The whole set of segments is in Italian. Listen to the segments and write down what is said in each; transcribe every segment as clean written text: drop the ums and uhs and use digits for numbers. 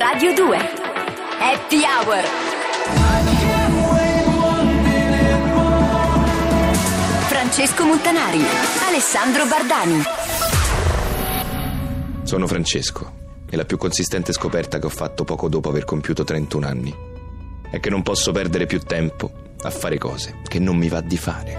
Radio 2 Happy Hour. Francesco Montanari, Alessandro Bardani. Sono Francesco e la più consistente scoperta che ho fatto poco dopo aver compiuto 31 anni è che non posso perdere più tempo a fare cose che non mi va di fare.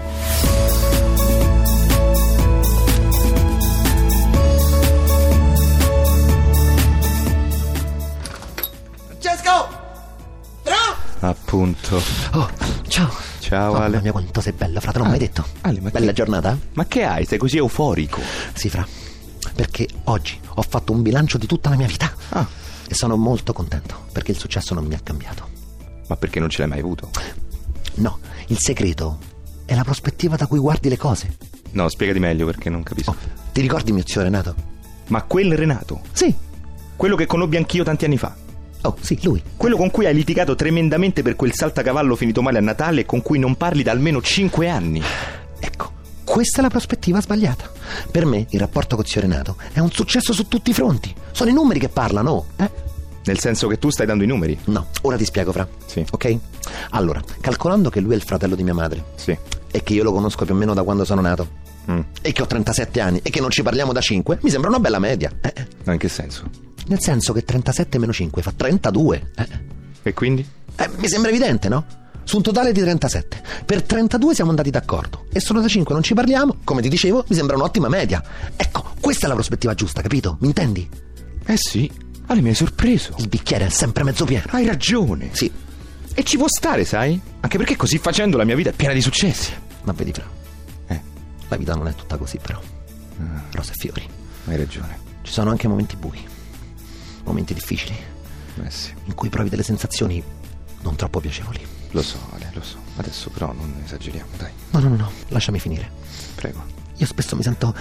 Francesco! Però! Appunto. Oh, ciao. Ciao Ale. Mamma mia, quanto sei bella, frate, non mi hai detto? Ale, ma bella che... giornata? Ma che hai? Sei così euforico? Sì, fra. Perché oggi ho fatto un bilancio di tutta la mia vita. E sono molto contento, perché il successo non mi ha cambiato. Ma perché non ce l'hai mai avuto? No, il segreto è la prospettiva da cui guardi le cose. No, spiegati meglio perché non capisco. Oh, ti ricordi mio zio Renato? Ma quel Renato? Sì. Quello che conobbi anch'io tanti anni fa? Oh, sì, lui. Quello con cui hai litigato tremendamente per quel saltacavallo finito male a Natale e con cui non parli da almeno 5 anni. Ecco, questa è la prospettiva sbagliata. Per me il rapporto con zio Renato è un successo su tutti i fronti. Sono i numeri che parlano, Nel senso che tu stai dando i numeri? No, ora ti spiego, fra. Sì. Ok? Allora, calcolando che lui è il fratello di mia madre. Sì. E che io lo conosco più o meno da quando sono nato. E che ho 37 anni e che non ci parliamo da 5, mi sembra una bella media. Ma in che senso? Nel senso che 37 meno 5 fa 32. E quindi? Mi sembra evidente, no? Su un totale di 37. Per 32 siamo andati d'accordo. E solo da 5 non ci parliamo, come ti dicevo, mi sembra un'ottima media. Ecco, questa è la prospettiva giusta, capito? Mi intendi? Sì. Ale, mi hai sorpreso. Il bicchiere è sempre mezzo pieno. Hai ragione. Sì. E ci può stare, sai? Anche perché così facendo la mia vita è piena di successi. Ma vedi, fra, la vita non è tutta così, però. Rose e fiori. Hai ragione. Ci sono anche momenti bui, momenti difficili, Sì. in cui provi delle sensazioni non troppo piacevoli. Lo so, Ale, lo so. Adesso però non esageriamo, dai. No, lasciami finire. Prego. Io spesso mi sento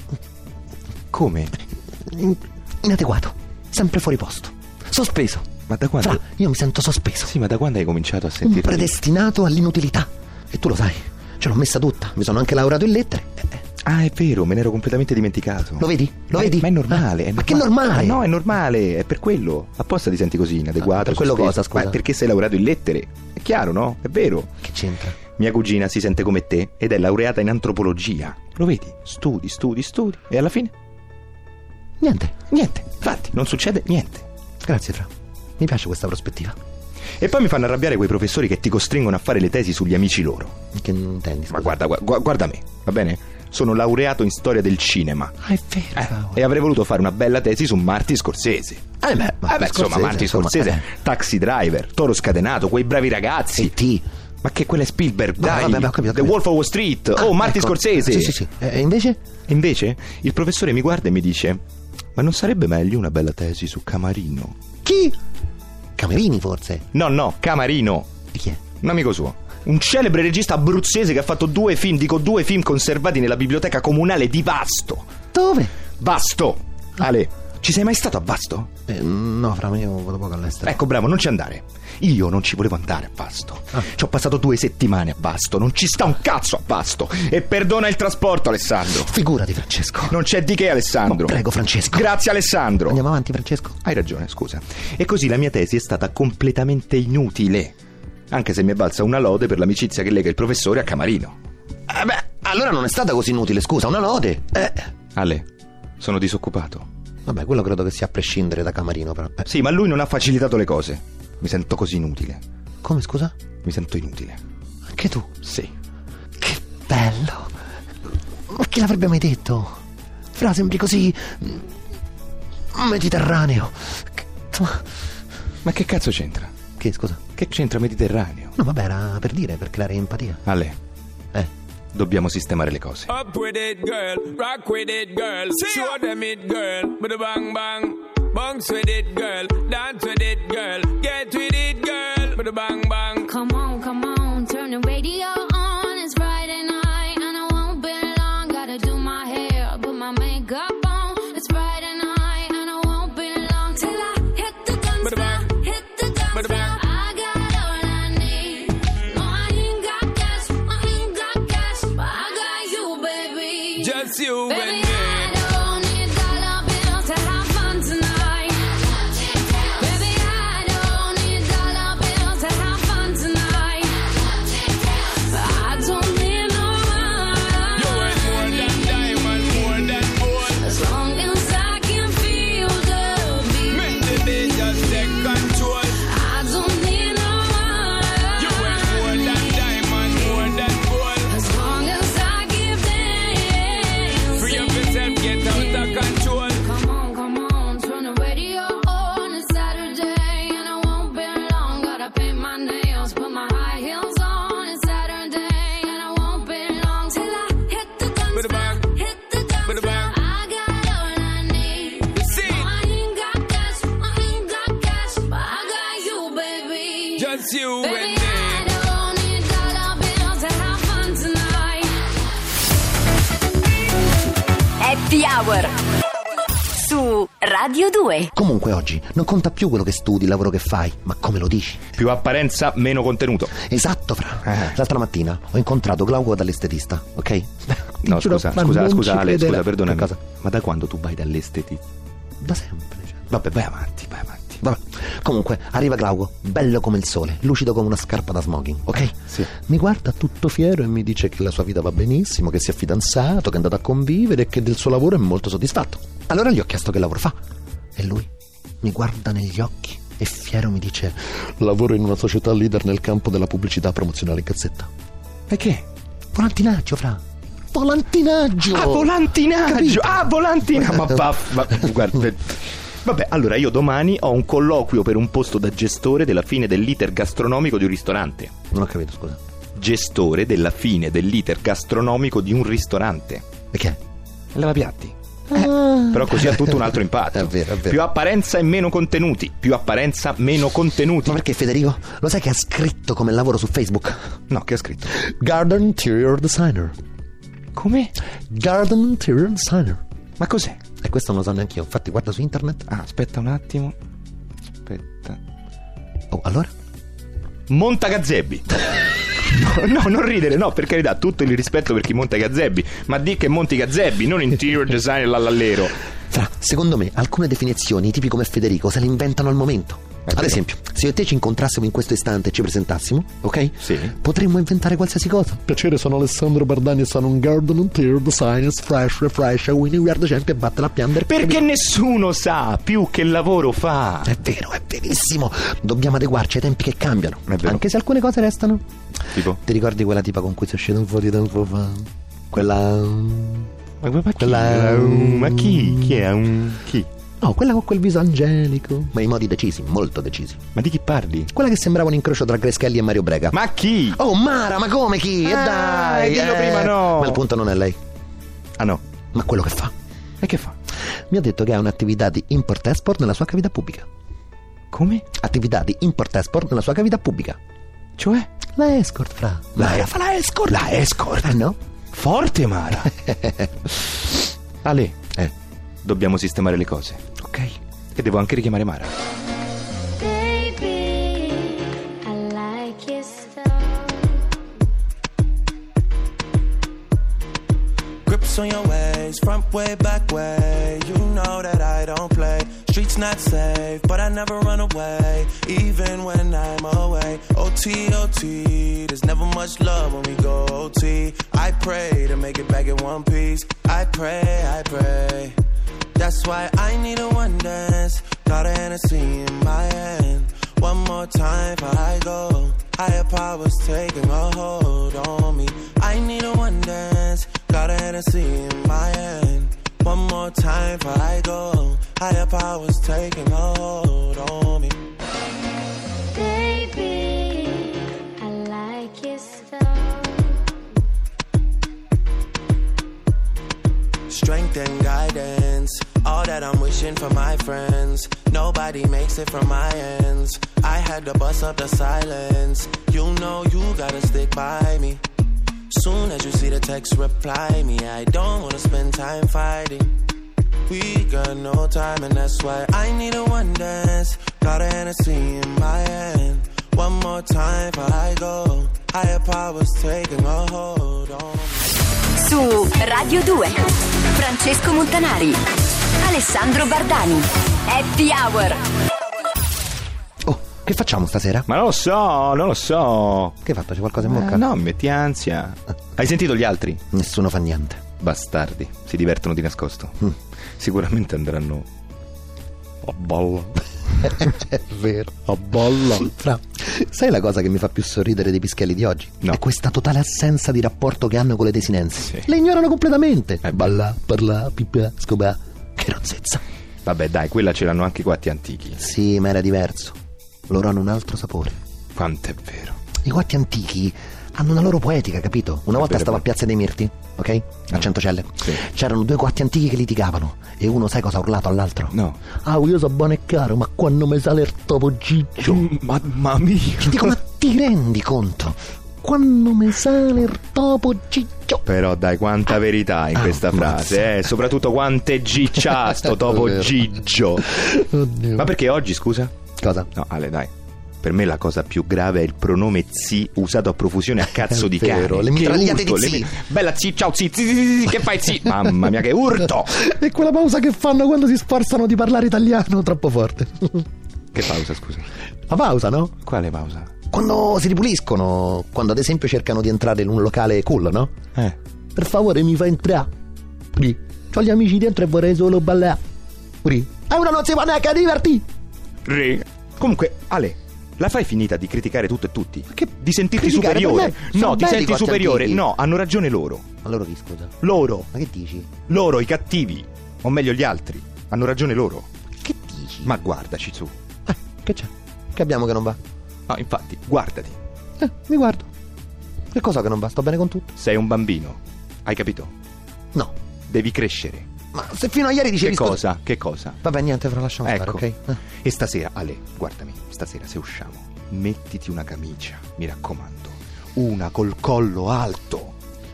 Come? inadeguato, sempre fuori posto, sospeso. Ma da quando? Fra, io mi sento sospeso. Sì, ma da quando hai cominciato a Un sentire? predestinato all'inutilità. E tu lo sai, ce l'ho messa tutta. Mi sono anche laureato in lettere. Ah, è vero, me ne ero completamente dimenticato. Lo vedi? Lo vedi? Ma è normale, è Ma che normale? No, è normale, è per quello. Apposta ti senti così, inadeguato. Per quello sospeso. cosa, scusa? Ma perché sei laureato in lettere. È chiaro, no? È vero. Che c'entra? Mia cugina si sente come te ed è laureata in antropologia. Lo vedi? Studi. E alla fine? Niente. Infatti, non succede niente. Grazie, Fra. Mi piace questa prospettiva. E poi mi fanno arrabbiare quei professori che ti costringono a fare le tesi sugli amici loro. Che non intendi? Scusa? Ma guarda me, va bene? Sono laureato in storia del cinema. Ah, è vero. E avrei voluto fare una bella tesi su Martin Scorsese. Insomma, Martin Scorsese, Taxi Driver, Toro Scatenato, quei bravi ragazzi. E.T. Ma che quella è Spielberg, dai. Vabbè, ho capito. The Wolf of Wall Street. Martin ecco. Scorsese. Sì. E invece? E invece il professore mi guarda e mi dice: ma non sarebbe meglio una bella tesi su Camarino? Chi? Camerini, forse? No, Camarino. E chi è? Un amico suo. Un celebre regista abruzzese che ha fatto 2 film conservati nella biblioteca comunale di Vasto. Dove? Vasto. Ale, ci sei mai stato a Vasto? No, Fra, io vado poco all'estero. Ecco, bravo, non ci andare. Io non ci volevo andare a Vasto. Ci ho passato 2 settimane a Vasto. Non ci sta un cazzo a Vasto. E perdona il trasporto, Alessandro. Figurati, Francesco. Non c'è di che, Alessandro. Prego, Francesco. Grazie, Alessandro. Andiamo avanti, Francesco. Hai ragione, scusa. E così la mia tesi è stata completamente inutile. Anche se mi è valsa una lode per l'amicizia che lega il professore a Camarino. Allora non è stata così inutile, scusa, una lode. Ale, sono disoccupato. Vabbè, quello credo che sia a prescindere da Camarino, però. Sì, ma lui non ha facilitato le cose. Mi sento così inutile. Come, scusa? Mi sento inutile. Anche tu? Sì. Che bello. Ma chi l'avrebbe mai detto? Fra, sembri così mediterraneo. Ma che cazzo c'entra? Che, scusa? Che c'entra Mediterraneo? No, vabbè, era per dire, per creare empatia. Ale, dobbiamo sistemare le cose. Up with it, girl. Rock with it, girl. Show them it, girl. With a bang bang. Bounce with it, girl. Dance with it, girl. Get with it, girl. With a bang bang. Come on, turn the radio on. It's Friday night and I won't be long. Gotta do my hair, put my makeup on. It's Friday night and I won't be long till I hit the dance floor. Hit the dance floor. I got all I need. No, I ain't got cash, but I got you, baby. Just you and Baby, me. I don't need dollar bills to have fun tonight. Baby, just you Baby, and me. I don't need dollar bills to have fun tonight. Happy Hour su Radio 2. Comunque oggi non conta più quello che studi, il lavoro che fai, ma come lo dici. Più apparenza, meno contenuto. Esatto, Fra. L'altra mattina ho incontrato Glauco dall'estetista, ok? No, Ti giuro, scusa, ma non Ale, ci scusa, crederai. perdonami. Che cosa? Ma da quando tu vai dall'estetista? Da sempre, cioè. Vabbè, vai avanti. Vabbè. Comunque, arriva Glauco, bello come il sole, lucido come una scarpa da smoking, ok? Sì. Mi guarda tutto fiero e mi dice che la sua vita va benissimo, che si è fidanzato, che è andato a convivere e che del suo lavoro è molto soddisfatto. Allora gli ho chiesto che lavoro fa. E lui mi guarda negli occhi e fiero mi dice: lavoro in una società leader nel campo della pubblicità promozionale in cazzetta. E che? Volantinaggio, Fra. Volantinaggio! Ah, volantinaggio! Capito? Ah, volantinaggio! Ma guarda. Vabbè, allora io domani ho un colloquio per un posto da gestore della fine dell'iter gastronomico di un ristorante. Non ho capito, scusa. Gestore della fine dell'iter gastronomico di un ristorante. E che è? Lavapiatti. Però così ha tutto un altro impatto. È vero, è vero. Più apparenza e meno contenuti. Più apparenza, meno contenuti. Ma perché, Federico? Lo sai che ha scritto come lavoro su Facebook? No, che ha scritto? Garden Interior Designer. Come? Garden Interior Designer. Ma cos'è? E questo non lo so neanche io. Infatti guarda su internet. Ah, aspetta un attimo. Aspetta. Oh, allora? Monta gazebbi. No, non ridere, no, per carità, tutto il rispetto per chi monta i gazebbi, ma di che monti i gazebbi, non interior designer l'allero. Fra, secondo me, alcune definizioni, tipi come Federico, se le inventano al momento. Ad esempio, se io e te ci incontrassimo in questo istante e ci presentassimo, ok? Sì. Potremmo inventare qualsiasi cosa. Piacere, sono Alessandro Bardani e sono un Garden Interior Designer, fresh, refresh, winning guarda gente e batte la pianta. Perché nessuno sa più che lavoro fa. È vero, è verissimo. Dobbiamo adeguarci ai tempi che cambiano. È vero. Anche se alcune cose restano. Tipo? Ti ricordi quella tipa con cui sei uscito un po' di tempo fa? Quella... Ma chi? Chi è? Chi? No, quella con quel viso angelico, ma i modi decisi, molto decisi. Ma di chi parli? Quella che sembrava un incrocio tra Grace Kelly e Mario Brega. Ma chi? Oh, Mara, ma come chi? E dai, dillo prima, no. Ma il punto non è lei. Ah no. Ma quello che fa. E che fa? Mi ha detto che ha un'attività di import-export nella sua cavità pubblica. Come? Attività di import-export nella sua cavità pubblica. Cioè? La escort, Fra. Mara fa la escort. La escort? No? Forte, Mara. Ale, dobbiamo sistemare le cose, ok? E devo anche richiamare Mara. Baby, I like your style. Grips on your ways, front way, back way. You know that I don't play. Streets not safe, but I never run away, even when I'm away. OT, OT, there's never much love when we go OT. I pray to make it back in one piece. I pray, I pray. That's why I need a one dance. Got a Hennessy in my hand. One more time before I go. Higher powers taking a hold on me. I need a one dance. Got a Hennessy in my hand. One more time before I go. Higher powers taking a hold on me. Baby, I like your style. Strength and guidance, all that I'm wishing for my friends. Nobody makes it from my ends. I had to bust up the silence. You know you gotta stick by me. Soon as you see the text, reply me. I don't wanna spend time fighting. We got no time and that's why I need a one dance. Got a Hennessy in my hand. One more time before I go. Higher powers taking a hold on me. Su Radio 2, Francesco Montanari, Alessandro Bardani, Happy Hour. Oh, che facciamo stasera? Ma non lo so. Che hai fatto? C'è qualcosa in bocca? No, metti ansia. Hai sentito gli altri? Nessuno fa niente. Bastardi, si divertono di nascosto. Sicuramente andranno a balla. È vero. A balla. Fra, sai la cosa che mi fa più sorridere dei pischelli di oggi? No. È questa totale assenza di rapporto che hanno con le desinenze. Sì. Le ignorano completamente. Beh. Balla, parla, pipà, scopà. Che rozzezza. Vabbè, dai, quella ce l'hanno anche i quatti antichi. Sì, ma era diverso. Loro hanno un altro sapore. Quanto è vero. I quatti antichi hanno una loro poetica, capito? Una volta vero, stavo a vero. Piazza dei Mirti, ok? A Centocelle. Sì. C'erano due coatti antichi che litigavano e uno sai cosa ha urlato all'altro? No. Ah, io so buono e caro, ma quando mi sale il topo Gigio. Mamma mia. Ti dico, ma ti rendi conto? Quando mi sale il topo Gigio. Però dai, quanta verità in questa frase, soprattutto quante giccia sto topo Vero. Gigio. Oddio. Ma perché oggi, scusa? Cosa? No, Ale, dai. Per me la cosa più grave è il pronome zi usato a profusione a cazzo È di vero, cane. le Che mitragliate urto, di zi. Bella zi, ciao zi, che fai zi? Mamma mia, che urto! E quella pausa che fanno quando si sforzano di parlare italiano troppo forte. Che pausa, scusa? La pausa, no? Quale pausa? Quando si ripuliscono, quando ad esempio cercano di entrare in un locale cool, no? Per favore mi fa entrare. Uri. C'ho gli amici dentro e vorrei solo ballare. Uri. E uno non si può neanche divertire. Comunque, Ale, la fai finita di criticare tutto e tutti? Che Di sentirti criticare? superiore? Per me sono No, ti belli senti questi superiore? antichi. No, hanno ragione loro. Allora chi, scusa? Loro, Ma che dici? loro, i cattivi. O meglio gli altri. Hanno ragione loro. Che dici? Ma guardaci su. Che c'è? Che abbiamo che non va? No, infatti, guardati. Mi guardo. Che cosa che non va? Sto bene con tutto? Sei un bambino. Hai capito? No. Devi crescere. Ma se fino a ieri dicevi... Che cosa? Che cosa? Vabbè, niente, però lasciamo Ecco. stare, ok? E stasera, Ale, guardami, stasera se usciamo, mettiti una camicia, mi raccomando. Una col collo alto.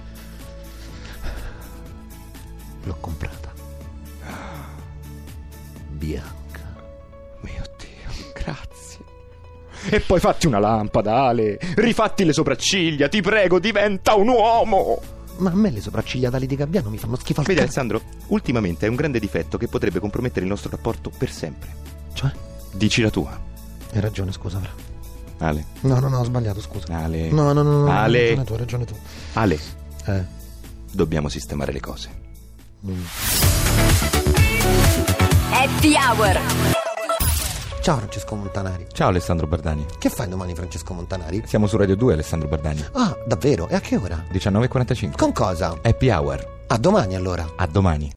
L'ho comprata. Bianca. Mio Dio, grazie. E poi fatti una lampada, Ale. Rifatti le sopracciglia, ti prego, diventa un uomo. Ma a me le sopracciglia da Lady Gabbiano mi fanno schifo al Vedi, cazzo. Alessandro, ultimamente è un grande difetto che potrebbe compromettere il nostro rapporto per sempre. Cioè? Dici la tua. Hai ragione, scusa, Fra. Ale. No, ho sbagliato, scusa. Ale. No, Ale. Hai ragione tu. Ale, Eh. dobbiamo sistemare le cose. Happy Hour. Ciao Francesco Montanari. Ciao Alessandro Bardani. Che fai domani, Francesco Montanari? Siamo su Radio 2, Alessandro Bardani. Ah, davvero? E a che ora? 19:45. Con cosa? Happy Hour. A domani allora. A domani.